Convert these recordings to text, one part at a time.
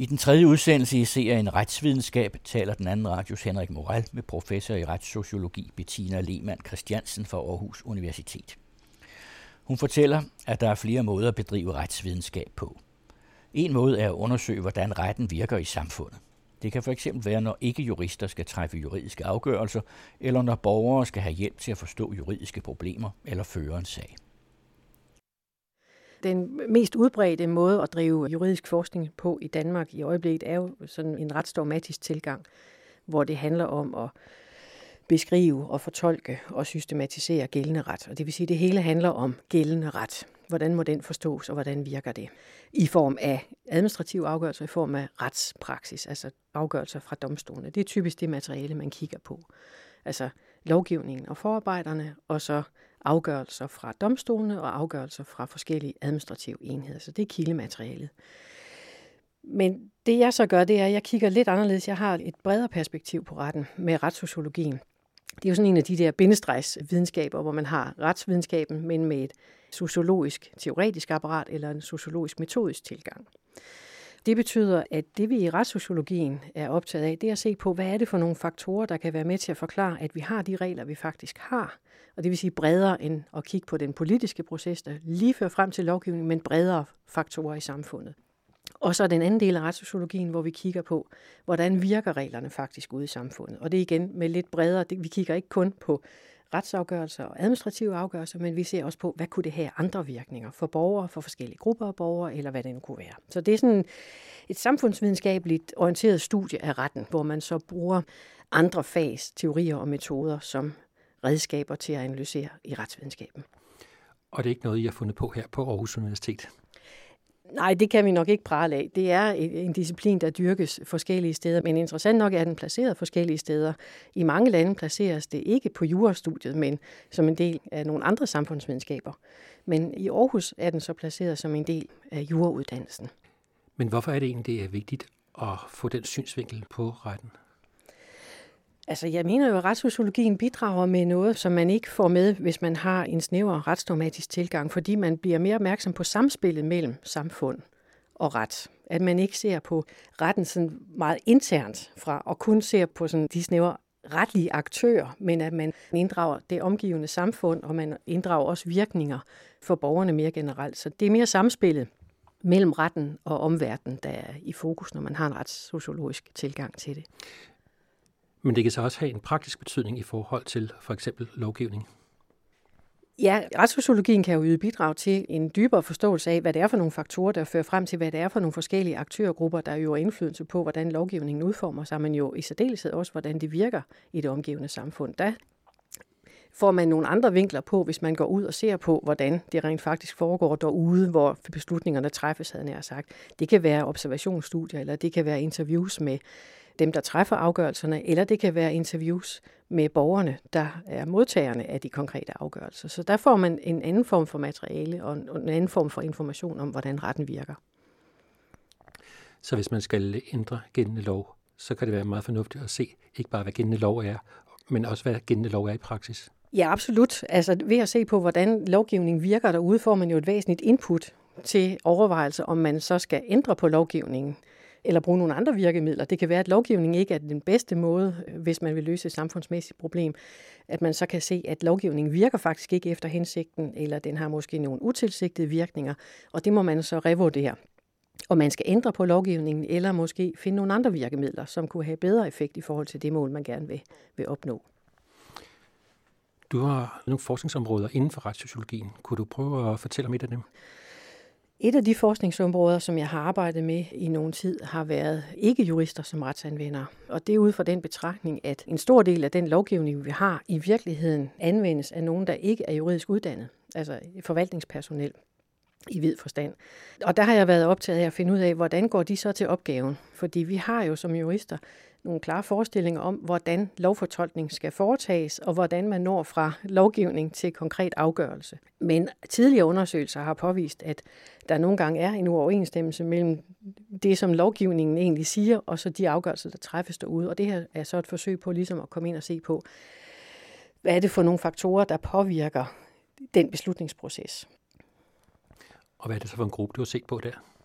I den tredje udsendelse i serien Retsvidenskab taler den anden radios Henrik Morel med professor i retssociologi Bettina Lehmann Christiansen fra Aarhus Universitet. Hun fortæller, at der er flere måder at bedrive retsvidenskab på. En måde er at undersøge, hvordan retten virker i samfundet. Det kan fx være, når ikke-jurister skal træffe juridiske afgørelser, eller når borgere skal have hjælp til at forstå juridiske problemer eller føre en sag. Den mest udbredte måde at drive juridisk forskning på i Danmark i øjeblikket er jo sådan en ret dogmatisk tilgang, hvor det handler om at beskrive og fortolke og systematisere gældende ret. Og det vil sige, at det hele handler om gældende ret. Hvordan må den forstås, og hvordan virker det? I form af administrative afgørelser, i form af retspraksis, altså afgørelser fra domstolene. Det er typisk det materiale, man kigger på. Altså lovgivningen og forarbejderne, og så afgørelser fra domstolene og afgørelser fra forskellige administrative enheder. Så det er kildematerialet. Men det jeg så gør, det er, at jeg kigger lidt anderledes. Jeg har et bredere perspektiv på retten med retssociologien. Det er jo sådan en af de der bindestregsvidenskaber, hvor man har retsvidenskaben, men med et sociologisk teoretisk apparat eller en sociologisk metodisk tilgang. Det betyder, at det vi i retssociologien er optaget af, det er at se på, hvad er det for nogle faktorer, der kan være med til at forklare, at vi har de regler, vi faktisk har. Og det vil sige bredere end at kigge på den politiske proces, der lige fører frem til lovgivning, men bredere faktorer i samfundet. Og så den anden del af retssociologien, hvor vi kigger på, hvordan virker reglerne faktisk ude i samfundet. Og det er igen med lidt bredere. Vi kigger ikke kun på retsafgørelser og administrative afgørelser, men vi ser også på, hvad kunne det have andre virkninger for borgere, for forskellige grupper af borgere, eller hvad det nu kunne være. Så det er sådan et samfundsvidenskabeligt orienteret studie af retten, hvor man så bruger andre fags teorier og metoder som redskaber til at analysere i retsvidenskaben. Og det er ikke noget, I har fundet på her på Aarhus Universitet? Nej, det kan vi nok ikke prale af. Det er en disciplin, der dyrkes forskellige steder, men interessant nok er den placeret forskellige steder. I mange lande placeres det ikke på jurastudiet, men som en del af nogle andre samfundsvidenskaber. Men i Aarhus er den så placeret som en del af jurauddannelsen. Men hvorfor er det egentlig, det er vigtigt at få den synsvinkel på retten? Altså, jeg mener jo, at retssociologien bidrager med noget, som man ikke får med, hvis man har en snæver retsdogmatisk tilgang, fordi man bliver mere opmærksom på samspillet mellem samfund og ret. At man ikke ser på retten sådan meget internt fra, og kun ser på sådan de snævre retlige aktører, men at man inddrager det omgivende samfund, og man inddrager også virkninger for borgerne mere generelt. Så det er mere samspillet mellem retten og omverdenen, der er i fokus, når man har en retssociologisk tilgang til det. Men det kan så også have en praktisk betydning i forhold til for eksempel lovgivning. Ja, retssociologien kan jo yde bidrag til en dybere forståelse af, hvad det er for nogle faktorer, der fører frem til, hvad det er for nogle forskellige aktørgrupper, der jo har indflydelse på, hvordan lovgivningen udformer sig, men jo i særdeleshed også, hvordan det virker i det omgivende samfund. Der får man nogle andre vinkler på, hvis man går ud og ser på, hvordan det rent faktisk foregår derude, hvor beslutningerne træffes, havde jeg sagt. Det kan være observationsstudier, eller det kan være interviews med dem, der træffer afgørelserne, eller det kan være interviews med borgerne, der er modtagerne af de konkrete afgørelser. Så der får man en anden form for materiale og en anden form for information om, hvordan retten virker. Så hvis man skal ændre gældende lov, så kan det være meget fornuftigt at se, ikke bare hvad gældende lov er, men også hvad gældende lov er i praksis. Ja, absolut. Altså ved at se på, hvordan lovgivningen virker derude, får man jo et væsentligt input til overvejelser, om man så skal ændre på lovgivningen eller bruge nogle andre virkemidler. Det kan være, at lovgivning ikke er den bedste måde, hvis man vil løse et samfundsmæssigt problem. At man så kan se, at lovgivningen virker faktisk ikke efter hensigten, eller den har måske nogle utilsigtede virkninger, og det må man så revurdere. Og man skal ændre på lovgivningen, eller måske finde nogle andre virkemidler, som kunne have bedre effekt i forhold til det mål, man gerne vil opnå. Du har nogle forskningsområder inden for retssociologien. Kunne du prøve at fortælle om et af dem? Et af de forskningsområder, som jeg har arbejdet med i nogen tid, har været ikke-jurister som retsanvendere. Og det er ud fra den betragtning, at en stor del af den lovgivning, vi har, i virkeligheden anvendes af nogen, der ikke er juridisk uddannet, altså forvaltningspersonel i vid forstand. Og der har jeg været optaget af at finde ud af, hvordan går de så til opgaven? Fordi vi har jo som jurister nogle klare forestillinger om, hvordan lovfortolkning skal foretages, og hvordan man når fra lovgivning til konkret afgørelse. Men tidligere undersøgelser har påvist, at der nogle gange er en uoverensstemmelse mellem det, som lovgivningen egentlig siger, og så de afgørelser, der træffes derude. Og det her er så et forsøg på ligesom at komme ind og se på, hvad er det for nogle faktorer, der påvirker den beslutningsproces. Og hvad er det så for en gruppe, du har set på der?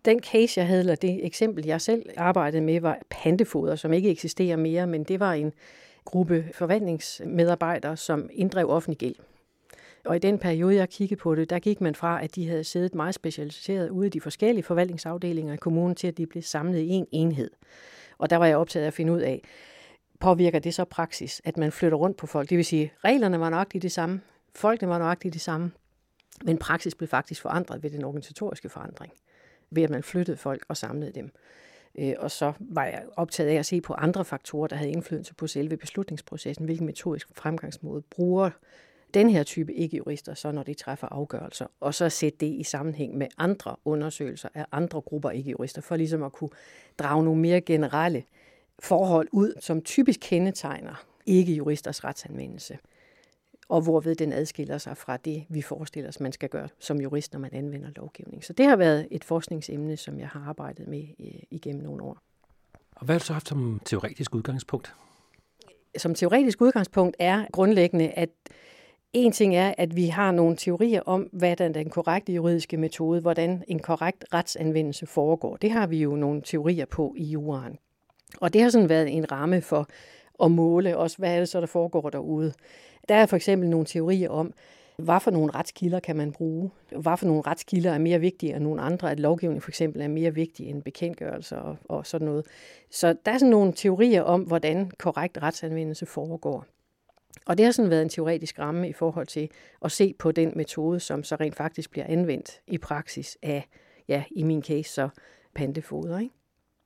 Den case, jeg havde, eller det eksempel, jeg selv arbejdede med, var pantefoder, som ikke eksisterer mere, men det var en gruppe forvaltningsmedarbejdere, som inddrev offentlig gæld. Og i den periode, jeg kiggede på det, der gik man fra, at de havde siddet meget specialiseret ude i de forskellige forvaltningsafdelinger i kommunen, til at de blev samlet i en enhed. Og der var jeg optaget af at finde ud af, påvirker det så praksis, at man flytter rundt på folk? Det vil sige, reglerne var nøjagtigt det samme, folkene var nøjagtigt det samme, men praksis blev faktisk forandret ved den organisatoriske forandring, ved at man flyttede folk og samlede dem. Og så var jeg optaget af at se på andre faktorer, der havde indflydelse på selve beslutningsprocessen, hvilken metodisk fremgangsmåde bruger den her type ikke-jurister, så når de træffer afgørelser, og så sætte det i sammenhæng med andre undersøgelser af andre grupper ikke-jurister, for ligesom at kunne drage nogle mere generelle forhold ud, som typisk kendetegner ikke-juristers retsanvendelse, og hvorved den adskiller sig fra det, vi forestiller os, man skal gøre som jurist, når man anvender lovgivning. Så det har været et forskningsemne, som jeg har arbejdet med igennem nogle år. Og hvad har du så haft som teoretisk udgangspunkt? Som teoretisk udgangspunkt er grundlæggende, at en ting er, at vi har nogle teorier om, hvad der er den korrekte juridiske metode, hvordan en korrekt retsanvendelse foregår. Det har vi jo nogle teorier på i juraen. Og det har sådan været en ramme for at måle også, hvad er det så, der foregår derude. Der er for eksempel nogle teorier om, hvad for nogle retskilder kan man bruge, hvad for nogle retskilder er mere vigtige end nogle andre, at lovgivning for eksempel er mere vigtig end bekendtgørelser og sådan noget. Så der er sådan nogle teorier om, hvordan korrekt retsanvendelse foregår. Og det har sådan været en teoretisk ramme i forhold til at se på den metode, som så rent faktisk bliver anvendt i praksis af, ja, i min case så pantefoder, ikke?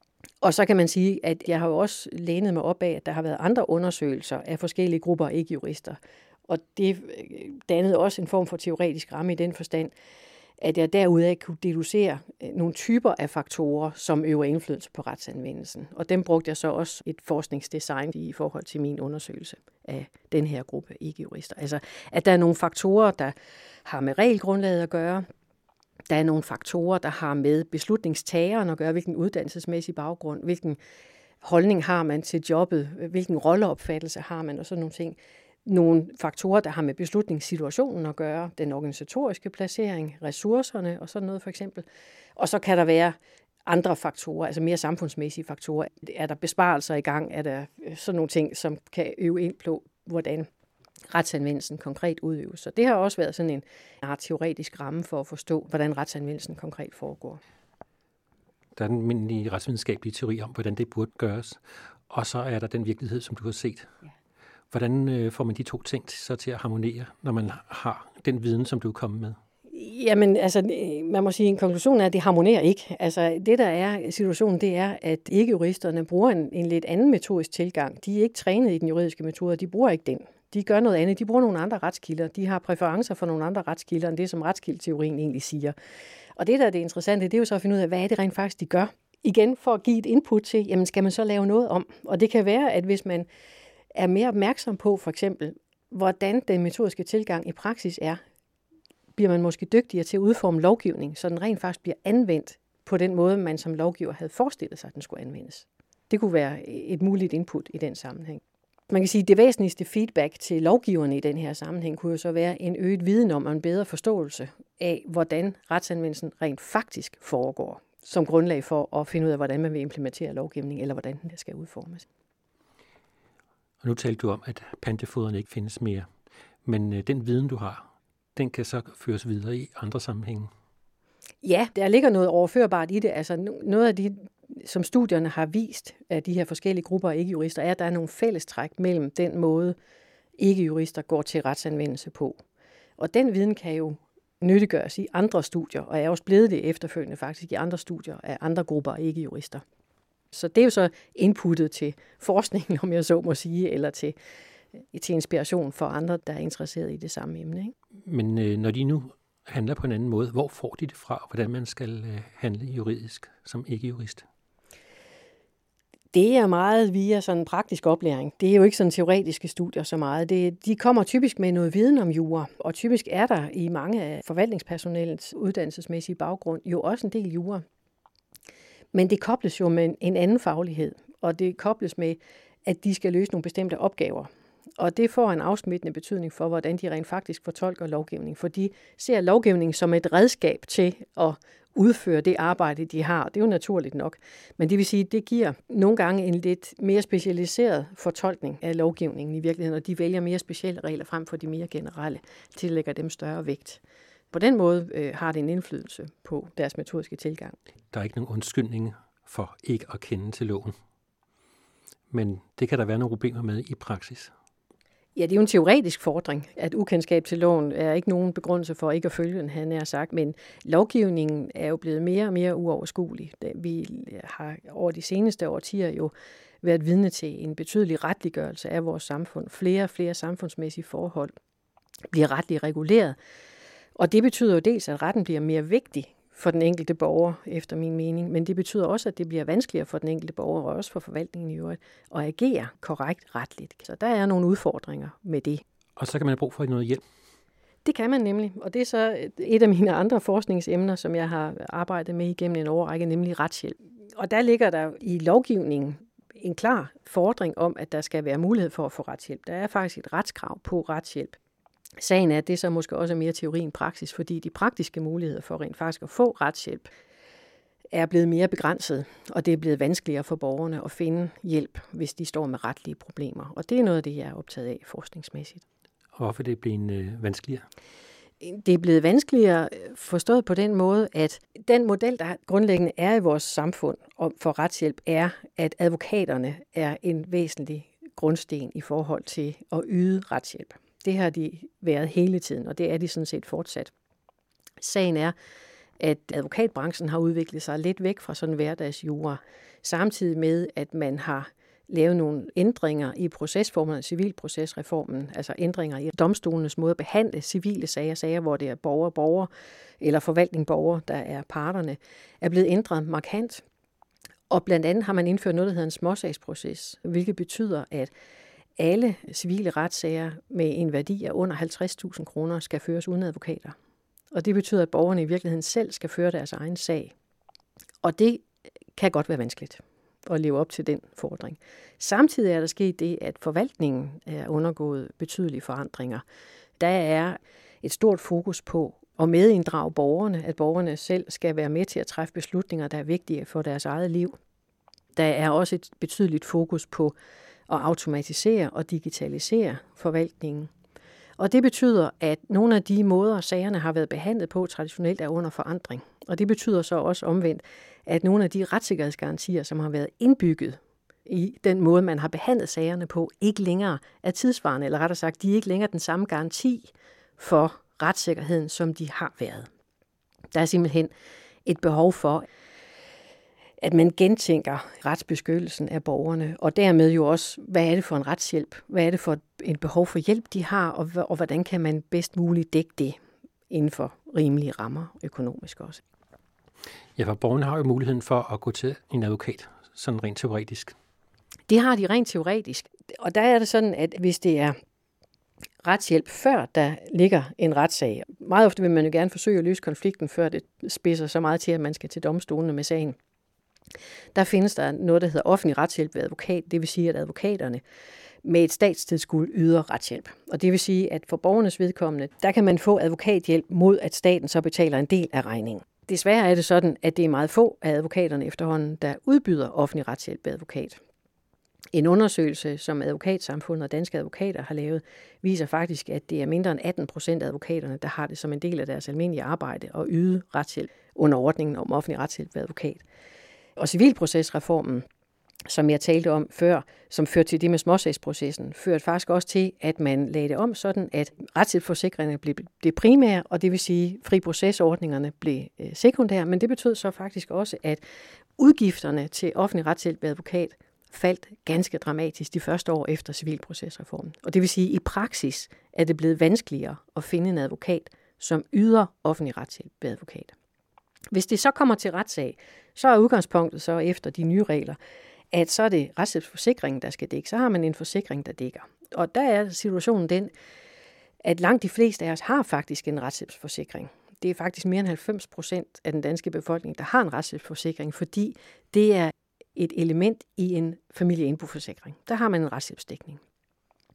Og så kan man sige, at jeg har jo også lænet mig op af, at der har været andre undersøgelser af forskellige grupper ikke-jurister. Og det dannede også en form for teoretisk ramme i den forstand, at jeg derudaf kunne deducere nogle typer af faktorer, som øver indflydelse på retsanvendelsen. Og dem brugte jeg så også et forskningsdesign i forhold til min undersøgelse af den her gruppe ikke-jurister. Altså, at der er nogle faktorer, der har med regelgrundlaget at gøre. Der er nogle faktorer, der har med beslutningstageren at gøre, hvilken uddannelsesmæssig baggrund, hvilken holdning har man til jobbet, hvilken rolleopfattelse har man og sådan nogle ting. Nogle faktorer, der har med beslutningssituationen at gøre, den organisatoriske placering, ressourcerne og sådan noget for eksempel. Og så kan der være andre faktorer, altså mere samfundsmæssige faktorer. Er der besparelser i gang? Er der sådan nogle ting, som kan øve ind på, hvordan retsanvendelsen konkret udøves? Så det har også været sådan en teoretisk ramme for at forstå, hvordan retsanvendelsen konkret foregår. Der er den almindelige retsvidenskabelige teori om, hvordan det burde gøres. Og så er der den virkelighed, som du har set. Ja. Hvordan får man de to ting så til at harmonere, når man har den viden, som du er kommet med? Jamen, altså, man må sige, en konklusion er, at det harmonerer ikke. Altså, det, der er situationen, det er, at ikke-juristerne bruger en lidt anden metodisk tilgang. De er ikke trænet i den juridiske metode, de bruger ikke den. De gør noget andet. De bruger nogle andre retskilder. De har præferencer for nogle andre retskilder, end det, som retskildeteorien egentlig siger. Og det, der er det interessante, det er jo så at finde ud af, hvad er det rent faktisk, de gør. Igen, for at give et input til, jamen, skal man så lave noget om? Og det kan være, at hvis man er mere opmærksom på, for eksempel, hvordan den metodiske tilgang i praksis er, bliver man måske dygtigere til at udforme lovgivning, så den rent faktisk bliver anvendt på den måde, man som lovgiver havde forestillet sig, at den skulle anvendes. Det kunne være et muligt input i den sammenhæng. Man kan sige, at det væsentligste feedback til lovgiverne i den her sammenhæng kunne jo så være en øget viden om og en bedre forståelse af, hvordan retsanvendelsen rent faktisk foregår, som grundlag for at finde ud af, hvordan man vil implementere lovgivning, eller hvordan den skal udformes. Og nu talte du om, at pantefoderne ikke findes mere. Men den viden, du har, den kan så føres videre i andre sammenhænge. Ja, der ligger noget overførbart i det. Altså noget af det, som studierne har vist af de her forskellige grupper af ikke-jurister, er, at der er nogle fællestræk mellem den måde, ikke-jurister går til retsanvendelse på. Og den viden kan jo nyttiggøres i andre studier, og er også blevet det efterfølgende faktisk i andre studier af andre grupper af ikke-jurister. Så det er jo så inputtet til forskningen, om jeg så må sige, eller til inspiration for andre, der er interesseret i det samme emne. Ikke? Men når de nu handler på en anden måde, hvor får de det fra, hvordan man skal handle juridisk som ikke-jurist? Det er meget via sådan en praktisk oplæring. Det er jo ikke sådan teoretiske studier så meget. De kommer typisk med noget viden om jura, og typisk er der i mange af forvaltningspersonalets uddannelsesmæssige baggrund jo også en del jura. Men det kobles jo med en anden faglighed, og det kobles med, at de skal løse nogle bestemte opgaver. Og det får en afsmittende betydning for, hvordan de rent faktisk fortolker lovgivning. For de ser lovgivning som et redskab til at udføre det arbejde, de har. Det er jo naturligt nok. Men det vil sige, at det giver nogle gange en lidt mere specialiseret fortolkning af lovgivningen i virkeligheden, og de vælger mere specielle regler frem for de mere generelle, tillægger dem større vægt. På den måde har det en indflydelse på deres metodiske tilgang. Der er ikke nogen undskyldning for ikke at kende til loven. Men det kan der være nogle problemer med i praksis. Ja, det er jo en teoretisk fordring, at ukendskab til loven er ikke nogen begrundelse for ikke at følge den, han har sagt, men lovgivningen er jo blevet mere og mere uoverskuelig. Vi har over de seneste årtier jo været vidne til en betydelig retliggørelse af vores samfund. Flere og flere samfundsmæssige forhold bliver retligt reguleret, og det betyder jo dels, at retten bliver mere vigtig for den enkelte borger, efter min mening, men det betyder også, at det bliver vanskeligere for den enkelte borger, og også for forvaltningen i øvrigt, at agere korrekt retligt. Så der er nogle udfordringer med det. Og så kan man have brug for noget hjælp. Det kan man nemlig, og det er så et af mine andre forskningsemner, som jeg har arbejdet med igennem en årrække, nemlig retshjælp. Og der ligger der i lovgivningen en klar fordring om, at der skal være mulighed for at få retshjælp. Der er faktisk et retskrav på retshjælp. Sagen er, at det så måske også er mere teori end praksis, fordi de praktiske muligheder for rent faktisk at få retshjælp er blevet mere begrænset, og det er blevet vanskeligere for borgerne at finde hjælp, hvis de står med retlige problemer. Og det er noget af det, jeg er optaget af forskningsmæssigt. Og hvorfor er det blevet vanskeligere? Det er blevet vanskeligere forstået på den måde, at den model, der grundlæggende er i vores samfund for retshjælp, er, at advokaterne er en væsentlig grundsten i forhold til at yde retshjælp. Det har de været hele tiden, og det er de sådan set fortsat. Sagen er, at advokatbranchen har udviklet sig lidt væk fra sådan hverdagsjura, samtidig med, at man har lavet nogle ændringer i procesformen, civilprocesreformen, altså ændringer i domstolenes måde at behandle civile sager, hvor det er borger, eller forvaltning-borger, der er parterne, er blevet ændret markant. Og blandt andet har man indført noget, der hedder en småsagsproces, hvilket betyder, at alle civile retssager med en værdi af under 50.000 kroner skal føres uden advokater. Og det betyder, at borgerne i virkeligheden selv skal føre deres egen sag. Og det kan godt være vanskeligt at leve op til den fordring. Samtidig er der sket det, at forvaltningen er undergået betydelige forandringer. Der er et stort fokus på at medinddrage borgerne, at borgerne selv skal være med til at træffe beslutninger, der er vigtige for deres eget liv. Der er også et betydeligt fokus på at automatisere og digitalisere forvaltningen. Og det betyder, at nogle af de måder, sagerne har været behandlet på traditionelt, er under forandring. Og det betyder så også omvendt, at nogle af de retssikkerhedsgarantier, som har været indbygget i den måde, man har behandlet sagerne på, ikke længere er tidsvarende, eller rettere sagt, de er ikke længere den samme garanti for retssikkerheden, som de har været. Der er simpelthen et behov for, at man gentænker retsbeskyttelsen af borgerne, og dermed jo også, hvad er det for en retshjælp? Hvad er det for en behov for hjælp, de har, og hvordan kan man bedst muligt dække det inden for rimelige rammer økonomisk også? Ja, for borgerne har jo muligheden for at gå til en advokat, sådan rent teoretisk. Det har de rent teoretisk, og der er det sådan, at hvis det er retshjælp, før der ligger en retssag, meget ofte vil man jo gerne forsøge at løse konflikten, før det spidser så meget til, at man skal til domstolene med sagen. Der findes der noget, der hedder offentlig retshjælp ved advokat. Det vil sige, at advokaterne med et statstilskud yder retshjælp. Og det vil sige, at for borgernes vedkommende, der kan man få advokathjælp mod, at staten så betaler en del af regningen. Desværre er det sådan, at det er meget få af advokaterne efterhånden, der udbyder offentlig retshjælp ved advokat. En undersøgelse, som Advokatsamfundet og Danske Advokater har lavet, viser faktisk, at det er mindre end 18% af advokaterne, der har det som en del af deres almindelige arbejde at yde retshjælp under ordningen om offentlig retshjælp ved advokat. Og civilprocesreformen, som jeg talte om før, som førte til det med småsagsprocessen, førte faktisk også til, at man lagde det om sådan, at retshjælpsforsikringerne blev det primære, og det vil sige, fri procesordningerne blev sekundære, men det betød så faktisk også, at udgifterne til offentlig retshjælp ved advokat faldt ganske dramatisk de første år efter civilprocesreformen. Og det vil sige, at i praksis er det blevet vanskeligere at finde en advokat, som yder offentlig retshjælp ved advokat. Hvis det så kommer til retssag, så er udgangspunktet så efter de nye regler, at så er det retshjælpsforsikringen, der skal dække. Så har man en forsikring, der dækker. Og der er situationen den, at langt de fleste af os har faktisk en retshjælpsforsikring. Det er faktisk mere end 90% af den danske befolkning, der har en retshjælpsforsikring, fordi det er et element i en familieindboforsikring. Der har man en retshjælpsdækning.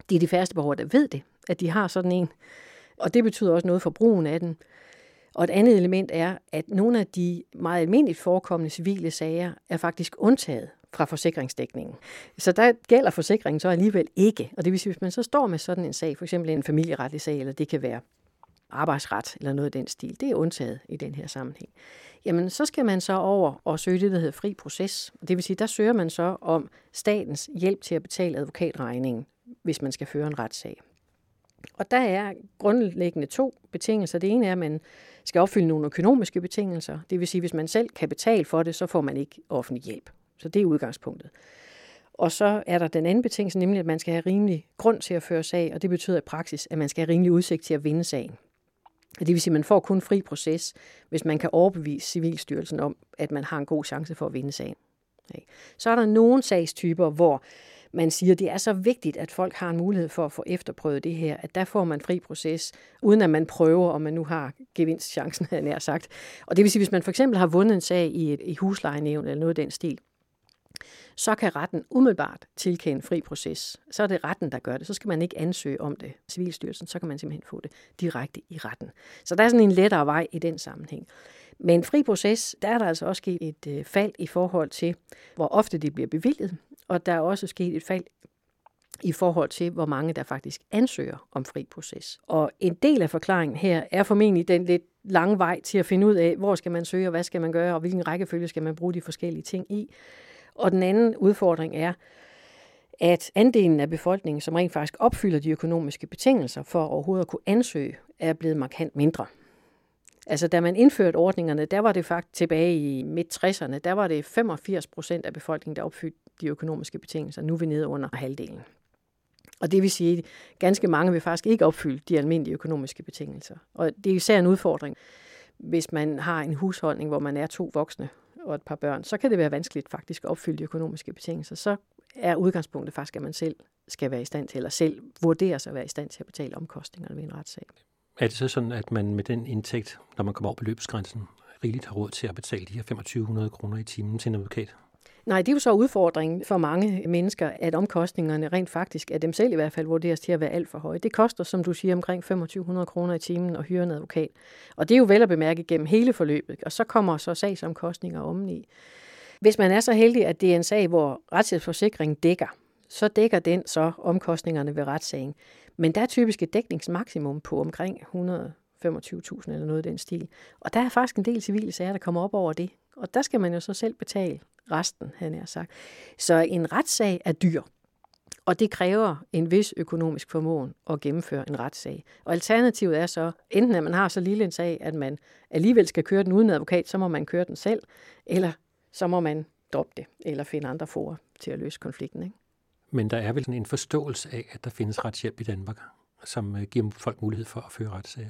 Det er de færreste borgere, der ved det, at de har sådan en. Og det betyder også noget for brugen af den. Og et andet element er, at nogle af de meget almindeligt forekommende civile sager er faktisk undtaget fra forsikringsdækningen. Så der gælder forsikringen så alligevel ikke. Og det vil sige, hvis man så står med sådan en sag, for eksempel en familieretlig sag, eller det kan være arbejdsret eller noget af den stil, det er undtaget i den her sammenhæng. Jamen, så skal man så over og søge det, der hedder fri proces. Det vil sige, der søger man så om statens hjælp til at betale advokatregningen, hvis man skal føre en retssag. Og der er grundlæggende 2 betingelser. Det ene er, at man skal opfylde nogle økonomiske betingelser. Det vil sige, hvis man selv kan betale for det, så får man ikke offentlig hjælp. Så det er udgangspunktet. Og så er der den anden betingelse, nemlig at man skal have rimelig grund til at føre sag, og det betyder i praksis, at man skal have rimelig udsigt til at vinde sagen. Det vil sige, at man får kun fri proces, hvis man kan overbevise Civilstyrelsen om, at man har en god chance for at vinde sagen. Så er der nogle sagstyper, hvor man siger, at det er så vigtigt, at folk har en mulighed for at få efterprøvet det her, at der får man fri proces, uden at man prøver, om man nu har gevinstchancen, havde jeg nær sagt. Og det vil sige, hvis man for eksempel har vundet en sag i huslejenævn eller noget af den stil, så kan retten umiddelbart tilkende fri proces. Så er det retten, der gør det. Så skal man ikke ansøge om det. Civilstyrelsen, så kan man simpelthen få det direkte i retten. Så der er sådan en lettere vej i den sammenhæng. Men fri proces, der er der altså også sket et fald i forhold til, hvor ofte det bliver bevilget, og der er også sket et fald i forhold til, hvor mange der faktisk ansøger om fri proces. Og en del af forklaringen her er formentlig den lidt lange vej til at finde ud af, hvor skal man søge, og hvad skal man gøre, og hvilken rækkefølge skal man bruge de forskellige ting i. Og den anden udfordring er, at andelen af befolkningen, som rent faktisk opfylder de økonomiske betingelser for overhovedet at kunne ansøge, er blevet markant mindre. Altså, da man indførte ordningerne, der var det faktisk tilbage i midt-60'erne, der var det 85% af befolkningen, der opfyldte de økonomiske betingelser. Nu er vi nede under halvdelen. Og det vil sige, at ganske mange vil faktisk ikke opfylde de almindelige økonomiske betingelser. Og det er især en udfordring, hvis man har en husholdning, hvor man er 2 voksne og et par børn, så kan det være vanskeligt faktisk at opfylde de økonomiske betingelser. Så er udgangspunktet faktisk, at man selv skal være i stand til, eller selv vurderes at være i stand til at betale omkostningerne ved en retssag. Er det så sådan, at man med den indtægt, når man kommer over beløbsgrænsen, rigeligt har råd til at betale de her 2500 kroner i timen til en advokat? Nej, det er jo så udfordringen for mange mennesker, at omkostningerne rent faktisk, af dem selv i hvert fald, vurderes til at være alt for høje. Det koster, som du siger, omkring 2500 kroner i timen at hyre en advokat. Og det er jo vel at bemærke gennem hele forløbet, og så kommer så sagsomkostninger oveni. Hvis man er så heldig, at det er en sag, hvor retshjælpsforsikringen dækker, så dækker den så omkostningerne ved retssagen. Men der er typisk et dækningsmaksimum på omkring 125.000 eller noget i den stil. Og der er faktisk en del civile sager, der kommer op over det. Og der skal man jo så selv betale resten, havde jeg sagt. Så en retssag er dyr, og det kræver en vis økonomisk formåen at gennemføre en retssag. Og alternativet er så, enten at man har så lille en sag, at man alligevel skal køre den uden advokat, så må man køre den selv, eller så må man droppe det, eller finde andre fora til at løse konflikten, ikke? Men der er vel sådan en forståelse af, at der findes retshjælp i Danmark, som giver folk mulighed for at føre retssager?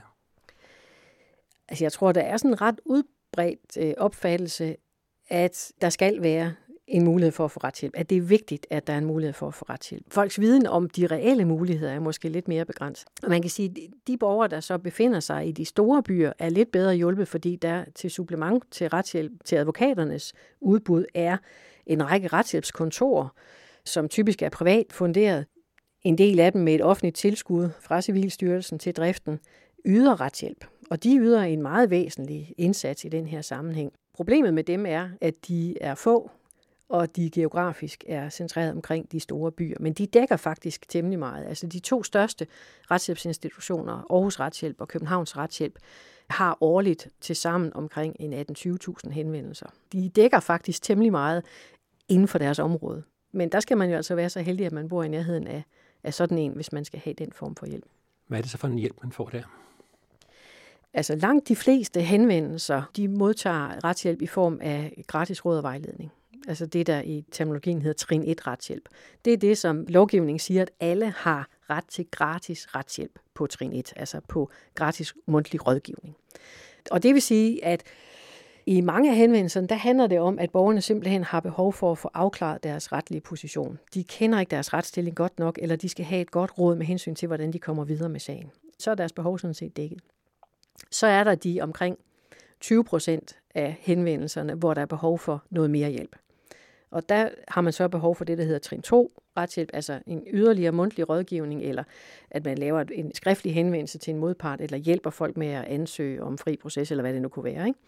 Altså jeg tror, der er sådan en ret udbredt opfattelse, at der skal være en mulighed for at få retshjælp. At det er vigtigt, at der er en mulighed for at få retshjælp. Folks viden om de reelle muligheder er måske lidt mere begrænset. Og man kan sige, at de borgere, der så befinder sig i de store byer, er lidt bedre hjulpet, fordi der til supplement til retshjælp til advokaternes udbud er en række retshjælpskontorer, som typisk er privat funderet. En del af dem med et offentligt tilskud fra Civilstyrelsen til driften yder retshjælp. Og de yder en meget væsentlig indsats i den her sammenhæng. Problemet med dem er, at de er få, og de geografisk er centreret omkring de store byer. Men de dækker faktisk temmelig meget. Altså de 2 største retshjælpsinstitutioner, Aarhus Retshjælp og Københavns Retshjælp, har årligt til sammen omkring en 18-20.000 henvendelser. De dækker faktisk temmelig meget inden for deres område. Men der skal man jo altså være så heldig, at man bor i nærheden af sådan en, hvis man skal have den form for hjælp. Hvad er det så for en hjælp, man får der? Altså langt de fleste henvendelser, de modtager retshjælp i form af gratis råd og vejledning. Altså det, der i terminologien hedder trin 1 retshjælp. Det er det, som lovgivningen siger, at alle har ret til gratis retshjælp på trin 1, altså på gratis mundtlig rådgivning. Og det vil sige, at i mange af henvendelserne, der handler det om, at borgerne simpelthen har behov for at få afklaret deres retlige position. De kender ikke deres retsstilling godt nok, eller de skal have et godt råd med hensyn til, hvordan de kommer videre med sagen. Så er deres behov sådan set dækket. Så er der de omkring 20% af henvendelserne, hvor der er behov for noget mere hjælp. Og der har man så behov for det, der hedder trin 2 retshjælp, altså en yderligere mundtlig rådgivning, eller at man laver en skriftlig henvendelse til en modpart, eller hjælper folk med at ansøge om fri proces, eller hvad det nu kunne være, ikke?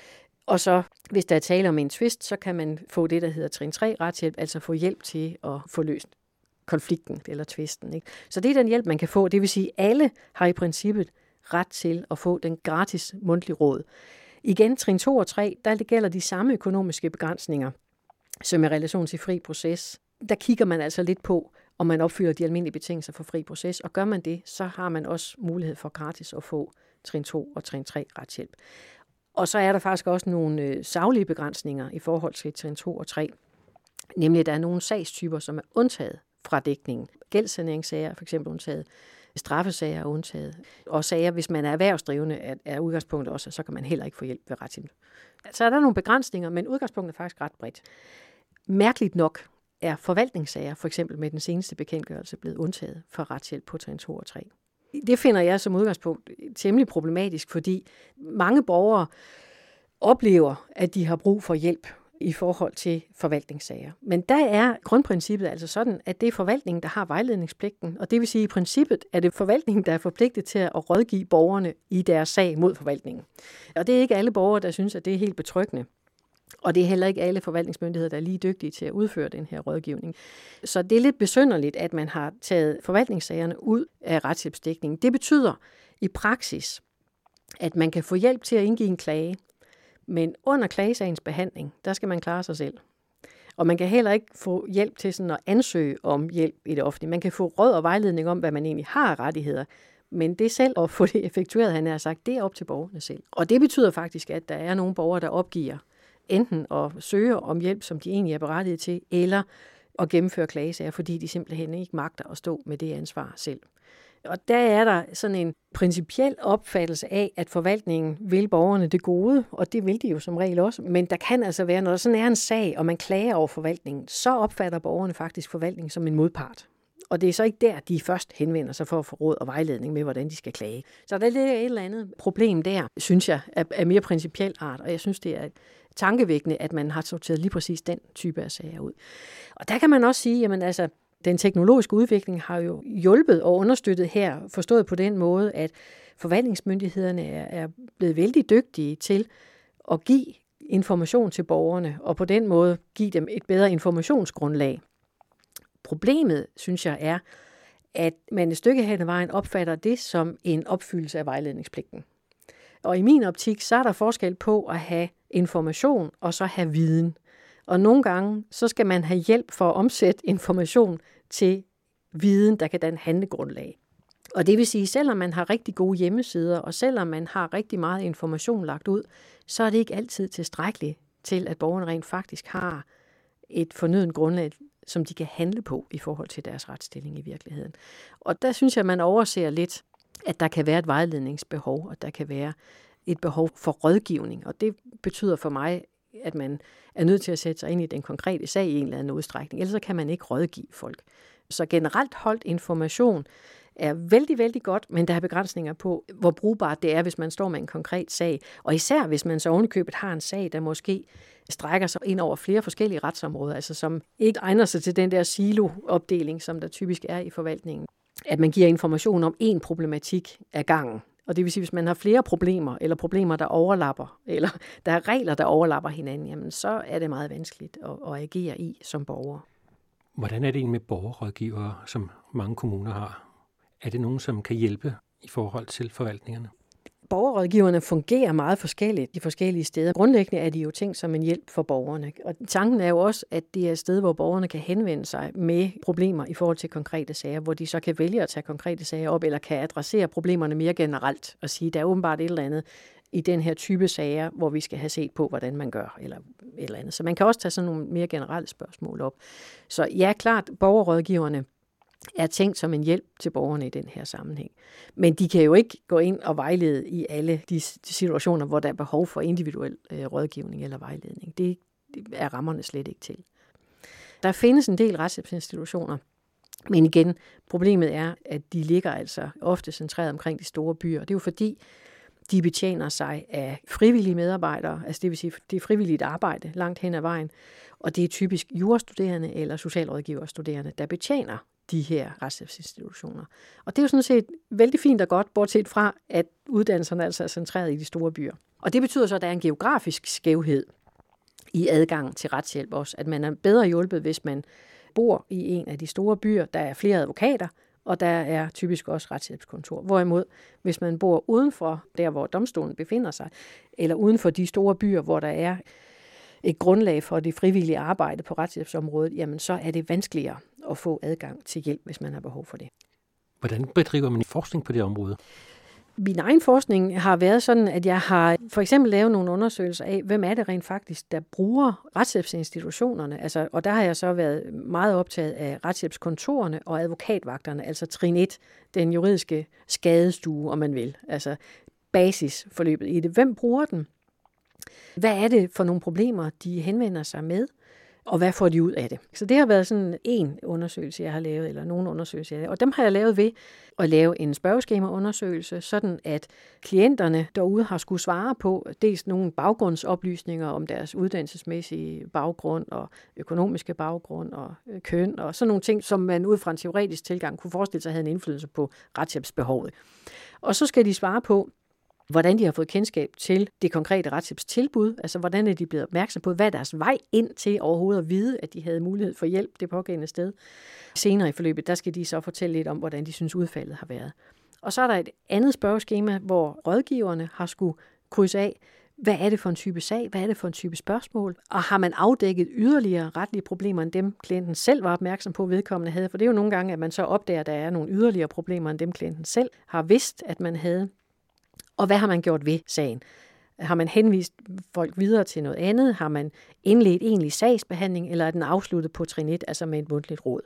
Og så, hvis der er tale om en tvist, så kan man få det, der hedder trin 3 retshjælp, altså få hjælp til at få løst konflikten eller tvisten, ikke? Så det er den hjælp, man kan få. Det vil sige, at alle har i princippet ret til at få den gratis mundtlige råd. Igen, trin 2 og 3, der gælder de samme økonomiske begrænsninger, som i relation til fri proces. Der kigger man altså lidt på, om man opfylder de almindelige betingelser for fri proces, og gør man det, så har man også mulighed for gratis at få trin 2 og trin 3 retshjælp. Og så er der faktisk også nogle saglige begrænsninger i forhold til trin 2 og 3. Nemlig, at der er nogle sagstyper, som er undtaget fra dækningen. Gældssaneringssager er for eksempel undtaget. Straffesager er undtaget. Og sager, hvis man er erhvervsdrivende, er udgangspunktet også, så kan man heller ikke få hjælp ved retshjælp. Så er der nogle begrænsninger, men udgangspunktet er faktisk ret bredt. Mærkeligt nok er forvaltningssager, for eksempel med den seneste bekendtgørelse, blevet undtaget fra retshjælp på trin 2 og 3. Det finder jeg som udgangspunkt temmelig problematisk, fordi mange borgere oplever, at de har brug for hjælp i forhold til forvaltningssager. Men der er grundprincippet altså sådan, at det er forvaltningen, der har vejledningspligten, og det vil sige, at i princippet er det forvaltningen, der er forpligtet til at rådgive borgerne i deres sag mod forvaltningen. Og det er ikke alle borgere, der synes, at det er helt betryggende. Og det er heller ikke alle forvaltningsmyndigheder, der er lige dygtige til at udføre den her rådgivning. Så det er lidt besynderligt, at man har taget forvaltningssagerne ud af retshjælpsdækningen. Det betyder i praksis, at man kan få hjælp til at indgive en klage, men under klagesagens behandling, der skal man klare sig selv. Og man kan heller ikke få hjælp til sådan at ansøge om hjælp i det offentlige. Man kan få råd og vejledning om, hvad man egentlig har af rettigheder, men det selv at få det effektueret, han har sagt, det er op til borgerne selv. Og det betyder faktisk, at der er nogle borgere, der opgiver enten at søge om hjælp, som de egentlig er berettiget til, eller at gennemføre klagesager, fordi de simpelthen ikke magter at stå med det ansvar selv. Og der er der sådan en principiel opfattelse af, at forvaltningen vil borgerne det gode, og det vil de jo som regel også. Men der kan altså være, når der sådan er en sag, og man klager over forvaltningen, så opfatter borgerne faktisk forvaltningen som en modpart. Og det er så ikke der, de først henvender sig for at få råd og vejledning med, hvordan de skal klage. Så der ligger et eller andet problem der, synes jeg, er mere principiel art, og jeg synes, det er tankevækkende, at man har sorteret lige præcis den type af sager ud. Og der kan man også sige, jamen altså, den teknologiske udvikling har jo hjulpet og understøttet her, forstået på den måde, at forvaltningsmyndighederne er blevet vældig dygtige til at give information til borgerne, og på den måde give dem et bedre informationsgrundlag. Problemet, synes jeg, er, at man et stykke hen ad vejen opfatter det som en opfyldelse af vejledningspligten. Og i min optik, så er der forskel på at have information og så have viden. Og nogle gange, så skal man have hjælp for at omsætte information til viden, der kan danne handlegrundlag. Og det vil sige, selvom man har rigtig gode hjemmesider, og selvom man har rigtig meget information lagt ud, så er det ikke altid tilstrækkeligt til, at borgerne rent faktisk har et fornødent grundlag, som de kan handle på i forhold til deres retsstilling i virkeligheden. Og der synes jeg, man overser lidt, at der kan være et vejledningsbehov, og der kan være et behov for rådgivning. Og det betyder for mig, at man er nødt til at sætte sig ind i den konkrete sag i en eller anden udstrækning. Ellers kan man ikke rådgive folk. Så generelt holdt information er vældig, vældig godt, men der er begrænsninger på, hvor brugbart det er, hvis man står med en konkret sag. Og især hvis man så ovenikøbet har en sag, der måske strækker sig ind over flere forskellige retsområder, altså som ikke egner sig til den der silo-opdeling, som der typisk er i forvaltningen. At man giver information om én problematik ad gangen. Og det vil sige, hvis man har flere problemer, eller problemer, der overlapper, eller der er regler, der overlapper hinanden, jamen så er det meget vanskeligt at agere i som borger. Hvordan er det egentlig med borgerrådgivere, som mange kommuner har? Er det nogen, som kan hjælpe i forhold til forvaltningerne? Borgerrådgiverne fungerer meget forskelligt de forskellige steder. Grundlæggende er de jo ting som en hjælp for borgerne. Og tanken er jo også, at det er et sted, hvor borgerne kan henvende sig med problemer i forhold til konkrete sager, hvor de så kan vælge at tage konkrete sager op, eller kan adressere problemerne mere generelt og sige, at der er åbenbart et eller andet i den her type sager, hvor vi skal have set på, hvordan man gør, eller et eller andet. Så man kan også tage sådan nogle mere generelle spørgsmål op. Så ja, klart, borgerrådgiverne er tænkt som en hjælp til borgerne i den her sammenhæng. Men de kan jo ikke gå ind og vejlede i alle de situationer, hvor der er behov for individuel rådgivning eller vejledning. Det er rammerne slet ikke til. Der findes en del retshjælpsinstitutioner, men igen, problemet er, at de ligger altså ofte centreret omkring de store byer. Det er jo fordi, De betjener sig af frivillige medarbejdere, altså det vil sige, det er frivilligt arbejde langt hen ad vejen, og det er typisk jurastuderende eller socialrådgiverstuderende, der betjener de her retshjælpsinstitutioner. Og det er jo sådan set vældig fint og godt, bortset fra, at uddannelserne altså er centreret i de store byer. Og det betyder så, at der er en geografisk skævhed i adgang til retshjælp også, at man er bedre hjulpet, hvis man bor i en af de store byer, der er flere advokater, og der er typisk også retshjælpskontor. Hvorimod, hvis man bor udenfor, der hvor domstolen befinder sig, eller uden for de store byer, hvor der er et grundlag for det frivillige arbejde på retshjælpsområdet, jamen så er det vanskeligere at få adgang til hjælp, hvis man har behov for det. Hvordan bedriver man forskning på det område? Min egen forskning har været sådan, at jeg har for eksempel lavet nogle undersøgelser af, hvem er det rent faktisk, der bruger retshjælpsinstitutionerne. Altså, og der har jeg så været meget optaget af retshjælpskontorerne og advokatvagterne, altså trin 1, den juridiske skadestue, om man vil. Altså basisforløbet i det. Hvem bruger den? Hvad er det for nogle problemer, de henvender sig med? Og hvad får de ud af det? Så det har været sådan en undersøgelse, jeg har lavet, eller nogle undersøgelser, jeg har lavet. Og dem har jeg lavet ved at lave en spørgeskemaundersøgelse, sådan at klienterne derude har skulle svare på dels nogle baggrundsoplysninger om deres uddannelsesmæssige baggrund og økonomiske baggrund og køn og sådan nogle ting, som man ud fra en teoretisk tilgang kunne forestille sig havde en indflydelse på retshjælpsbehovet. Og så skal de svare på, hvordan de har fået kendskab til det konkrete retshjælpstilbud, altså hvordan er de blevet opmærksom på, hvad er deres vej ind til overhovedet at vide, at de havde mulighed for hjælp det pågældende sted. Senere i forløbet, der skal de så fortælle lidt om, hvordan de synes udfaldet har været. Og så er der et andet spørgeskema, hvor rådgiverne har skulle krydse af, hvad er det for en type sag, hvad er det for en type spørgsmål, og har man afdækket yderligere retlige problemer end dem, klienten selv var opmærksom på, vedkommende havde, for det er jo nogle gange, at man så opdager, at der er nogle yderligere problemer end dem, klienten selv har vidst, at man havde. Og hvad har man gjort ved sagen? Har man henvist folk videre til noget andet? Har man indledt egentlig sagsbehandling, eller er den afsluttet på trin 1, altså med et mundtligt råd?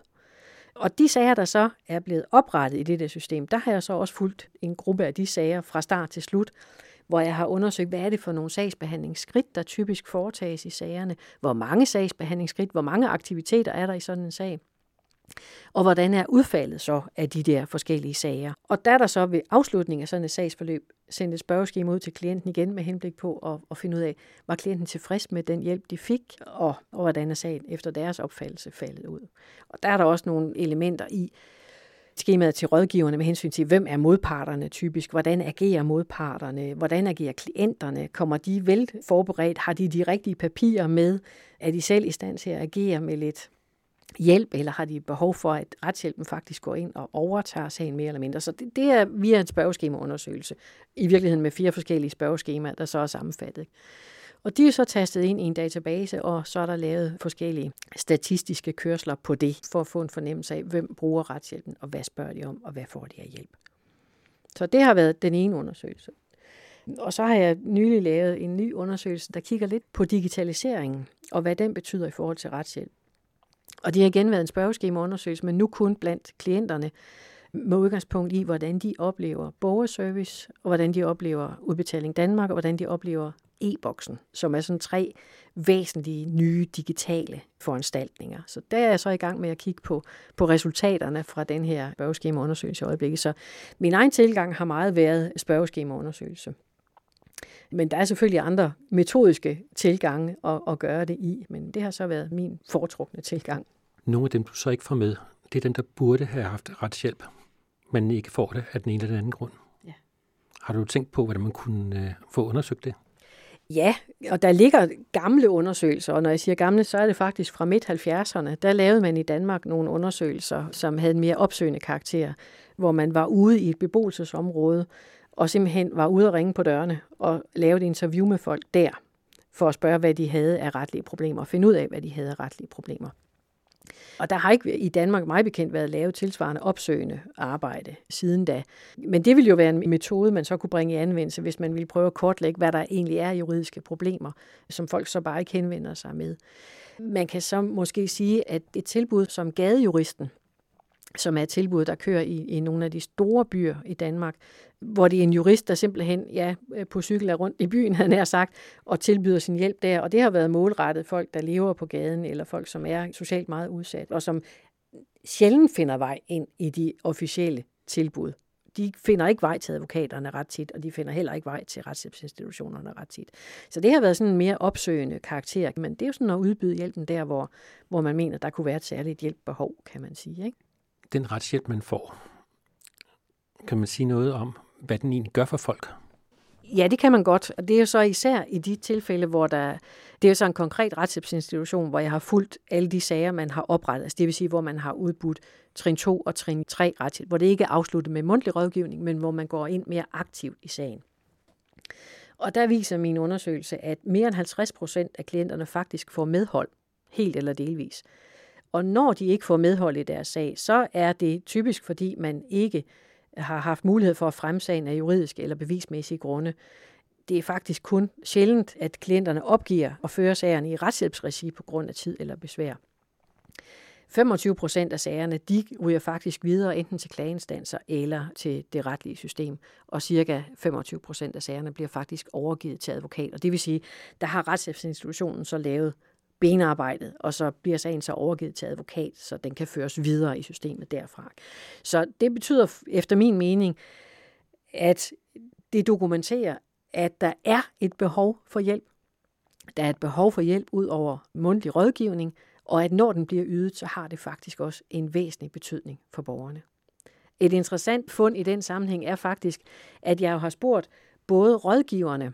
Og de sager, der så er blevet oprettet i det der system, der har jeg så også fulgt en gruppe af de sager fra start til slut, hvor jeg har undersøgt, hvad er det for nogle sagsbehandlingsskridt, der typisk foretages i sagerne? Hvor mange sagsbehandlingsskridt, hvor mange aktiviteter er der i sådan en sag? Og hvordan er udfaldet så af de der forskellige sager? Og der er der så ved afslutningen af sådan et sagsforløb sendt et spørgeskema ud til klienten igen med henblik på at finde ud af, var klienten tilfreds med den hjælp, de fik, og hvordan er sagen efter deres opfattelse faldet ud. Og der er der også nogle elementer i skemaet til rådgiverne med hensyn til, hvem er modparterne typisk, hvordan agerer modparterne, hvordan agerer klienterne, kommer de vel forberedt, har de rigtige papirer med, er de selv i stand til at agere med lidt hjælp, eller har de behov for, at retshjælpen faktisk går ind og overtager sagen mere eller mindre. Så det er via en spørgeskemaundersøgelse, i virkeligheden med 4 forskellige spørgeskemaer, der så er sammenfattet. Og de er så tastet ind i en database, og så er der lavet forskellige statistiske kørsler på det, for at få en fornemmelse af, hvem bruger retshjælpen, og hvad spørger de om, og hvad får de af hjælp. Så det har været den ene undersøgelse. Og så har jeg nylig lavet en ny undersøgelse, der kigger lidt på digitaliseringen, og hvad den betyder i forhold til retshjælp. Og det har igen været en spørgeskemaundersøgelse, men nu kun blandt klienterne med udgangspunkt i, hvordan de oplever borgerservice, og hvordan de oplever Udbetaling Danmark, og hvordan de oplever e-boksen, som er sådan 3 væsentlige nye digitale foranstaltninger. Så der er jeg så i gang med at kigge på resultaterne fra den her spørgeskemaundersøgelse i øjeblikket. Så min egen tilgang har meget været spørgeskemaundersøgelse. Men der er selvfølgelig andre metodiske tilgange at gøre det i, men det har så været min foretrukne tilgang. Nogle af dem, du så ikke får med, det er dem, der burde have haft retshjælp, men ikke får det af den ene eller den anden grund. Ja. Har du tænkt på, hvordan man kunne få undersøgt det? Ja, og der ligger gamle undersøgelser, og når jeg siger gamle, så er det faktisk fra midt-70'erne. Der lavede man i Danmark nogle undersøgelser, som havde en mere opsøgende karakter, hvor man var ude i et beboelsesområde, og simpelthen var ude at ringe på dørene og lave et interview med folk der, for at spørge, hvad de havde af retlige problemer, og finde ud af, hvad de havde af retlige problemer. Og der har ikke i Danmark meget bekendt været lavet tilsvarende opsøgende arbejde siden da. Men det ville jo være en metode, man så kunne bringe i anvendelse, hvis man ville prøve at kortlægge, hvad der egentlig er juridiske problemer, som folk så bare ikke henvender sig med. Man kan så måske sige, at et tilbud som Gadejuristen, som er et tilbud, der kører i nogle af de store byer i Danmark, hvor det er en jurist, der simpelthen på cykel er rundt i byen, han har sagt, og tilbyder sin hjælp der. Og det har været målrettet folk, der lever på gaden, eller folk, som er socialt meget udsat, og som sjældent finder vej ind i de officielle tilbud de finder ikke vej til advokaterne ret tit, og de finder heller ikke vej til retshjælpsinstitutionerne ret tit. Så det har været sådan en mere opsøgende karakter, men det er jo sådan at udbyde hjælpen der, hvor man mener, der kunne være et særligt hjælpbehov, kan man sige, ikke? Den retshjælp, man får, kan man sige noget om, hvad den egentlig gør for folk? Ja, det kan man godt, og det er jo så især i de tilfælde, hvor det er så en konkret retshjælpsinstitution, hvor jeg har fulgt alle de sager, man har oprettet, altså det vil sige, hvor man har udbudt trin 2 og trin 3 retshjælp, hvor det ikke er afsluttet med mundtlig rådgivning, men hvor man går ind mere aktivt i sagen. Og der viser min undersøgelse, at mere end 50% af klienterne faktisk får medhold, helt eller delvis. Og når de ikke får medhold i deres sag, så er det typisk, fordi man ikke har haft mulighed for at fremme sagen af juridiske eller bevismæssige grunde. Det er faktisk kun sjældent, at klienterne opgiver at føre sagerne i retshjælpsregi på grund af tid eller besvær. 25% af sagerne, de ryger faktisk videre enten til klageinstanser eller til det retlige system, og cirka 25% af sagerne bliver faktisk overgivet til advokater. Det vil sige, der har retshjælpsinstitutionen så lavet benarbejdet, og så bliver sagen så overgivet til advokat, så den kan føres videre i systemet derfra. Så det betyder efter min mening, at det dokumenterer, at der er et behov for hjælp. Der er et behov for hjælp ud over mundtlig rådgivning, og at når den bliver ydet, så har det faktisk også en væsentlig betydning for borgerne. Et interessant fund i den sammenhæng er faktisk, at jeg har spurgt både rådgiverne,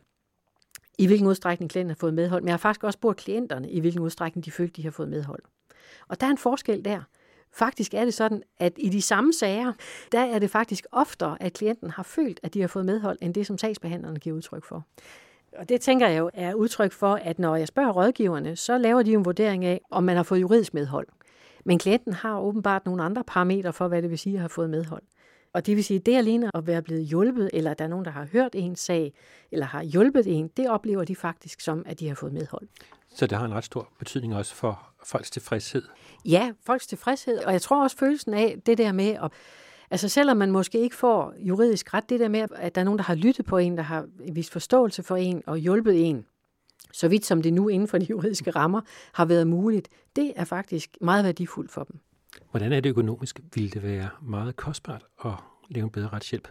i hvilken udstrækning klienten har fået medhold, men jeg har faktisk også spurgt klienterne, i hvilken udstrækning de følte, de har fået medhold. Og der er en forskel der. Faktisk er det sådan, at i de samme sager, der er det faktisk oftere, at klienten har følt, at de har fået medhold, end det, som sagsbehandlerne giver udtryk for. Og det tænker jeg jo er udtryk for, at når jeg spørger rådgiverne, så laver de jo en vurdering af, om man har fået juridisk medhold. Men klienten har åbenbart nogle andre parametre for, hvad det vil sige at have fået medhold. Og det vil sige, at det alene at være blevet hjulpet, eller at der er nogen, der har hørt en sag, eller har hjulpet en, det oplever de faktisk som, at de har fået medhold. Så det har en ret stor betydning også for folks tilfredshed? Ja, folks tilfredshed. Og jeg tror også følelsen af det der med, altså selvom man måske ikke får juridisk ret, det der med, at der er nogen, der har lyttet på en, der har vist forståelse for en og hjulpet en, så vidt som det nu inden for de juridiske rammer har været muligt, det er faktisk meget værdifuldt for dem. Hvordan er det økonomisk? Vil det være meget kostbart at lave en bedre retshjælp?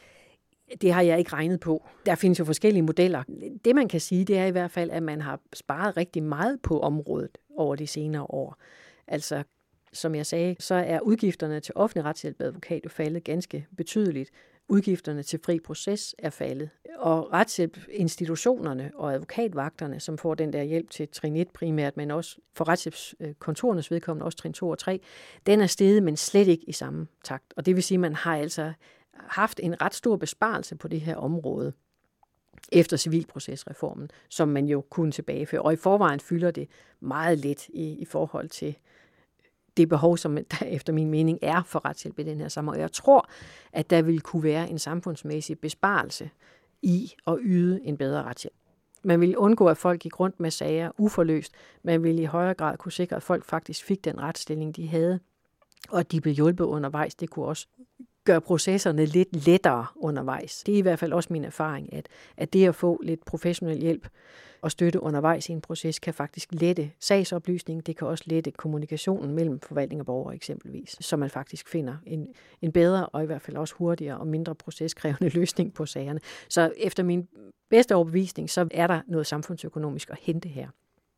Det har jeg ikke regnet på. Der findes jo forskellige modeller. Det man kan sige, det er i hvert fald, at man har sparet rigtig meget på området over de senere år. Altså, som jeg sagde, så er udgifterne til offentlig retshjælp advokat jo faldet ganske betydeligt. Udgifterne til fri proces er faldet. Og retshjælpinstitutionerne og advokatvagterne, som får den der hjælp til trin 1 primært, men også for retshjælpskontorernes vedkommende også trin 2 og 3, den er steget, men slet ikke i samme takt. Og det vil sige, at man har altså haft en ret stor besparelse på det her område efter civilprocesreformen, som man jo kunne tilbageføre. Og i forvejen fylder det meget lidt i forhold til det behov, som der efter min mening er for retshjælp i den her sammenhæng. Og jeg tror, at der vil kunne være en samfundsmæssig besparelse i at yde en bedre retshjælp. Man vil undgå, at folk gik rundt med sager uforløst. Man vil i højere grad kunne sikre, at folk faktisk fik den retsstilling, de havde, og at de blev hjulpet undervejs. Det kunne også gøre processerne lidt lettere undervejs. Det er i hvert fald også min erfaring, at det at få lidt professionel hjælp og støtte undervejs i en proces kan faktisk lette sagsoplysningen. Det kan også lette kommunikationen mellem forvaltning og borgere eksempelvis, så man faktisk finder en bedre og i hvert fald også hurtigere og mindre proceskrævende løsning på sagerne. Så efter min bedste overbevisning, så er der noget samfundsøkonomisk at hente her.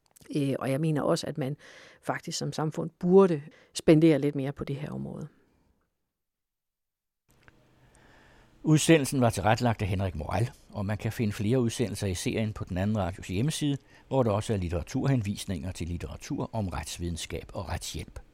Og jeg mener også, at man faktisk som samfund burde spendere lidt mere på det her område. Udsendelsen var tilrettelagt af Henrik Moral, og man kan finde flere udsendelser i serien på Den Anden Radios hjemmeside, hvor der også er litteraturhenvisninger til litteratur om retsvidenskab og retshjælp.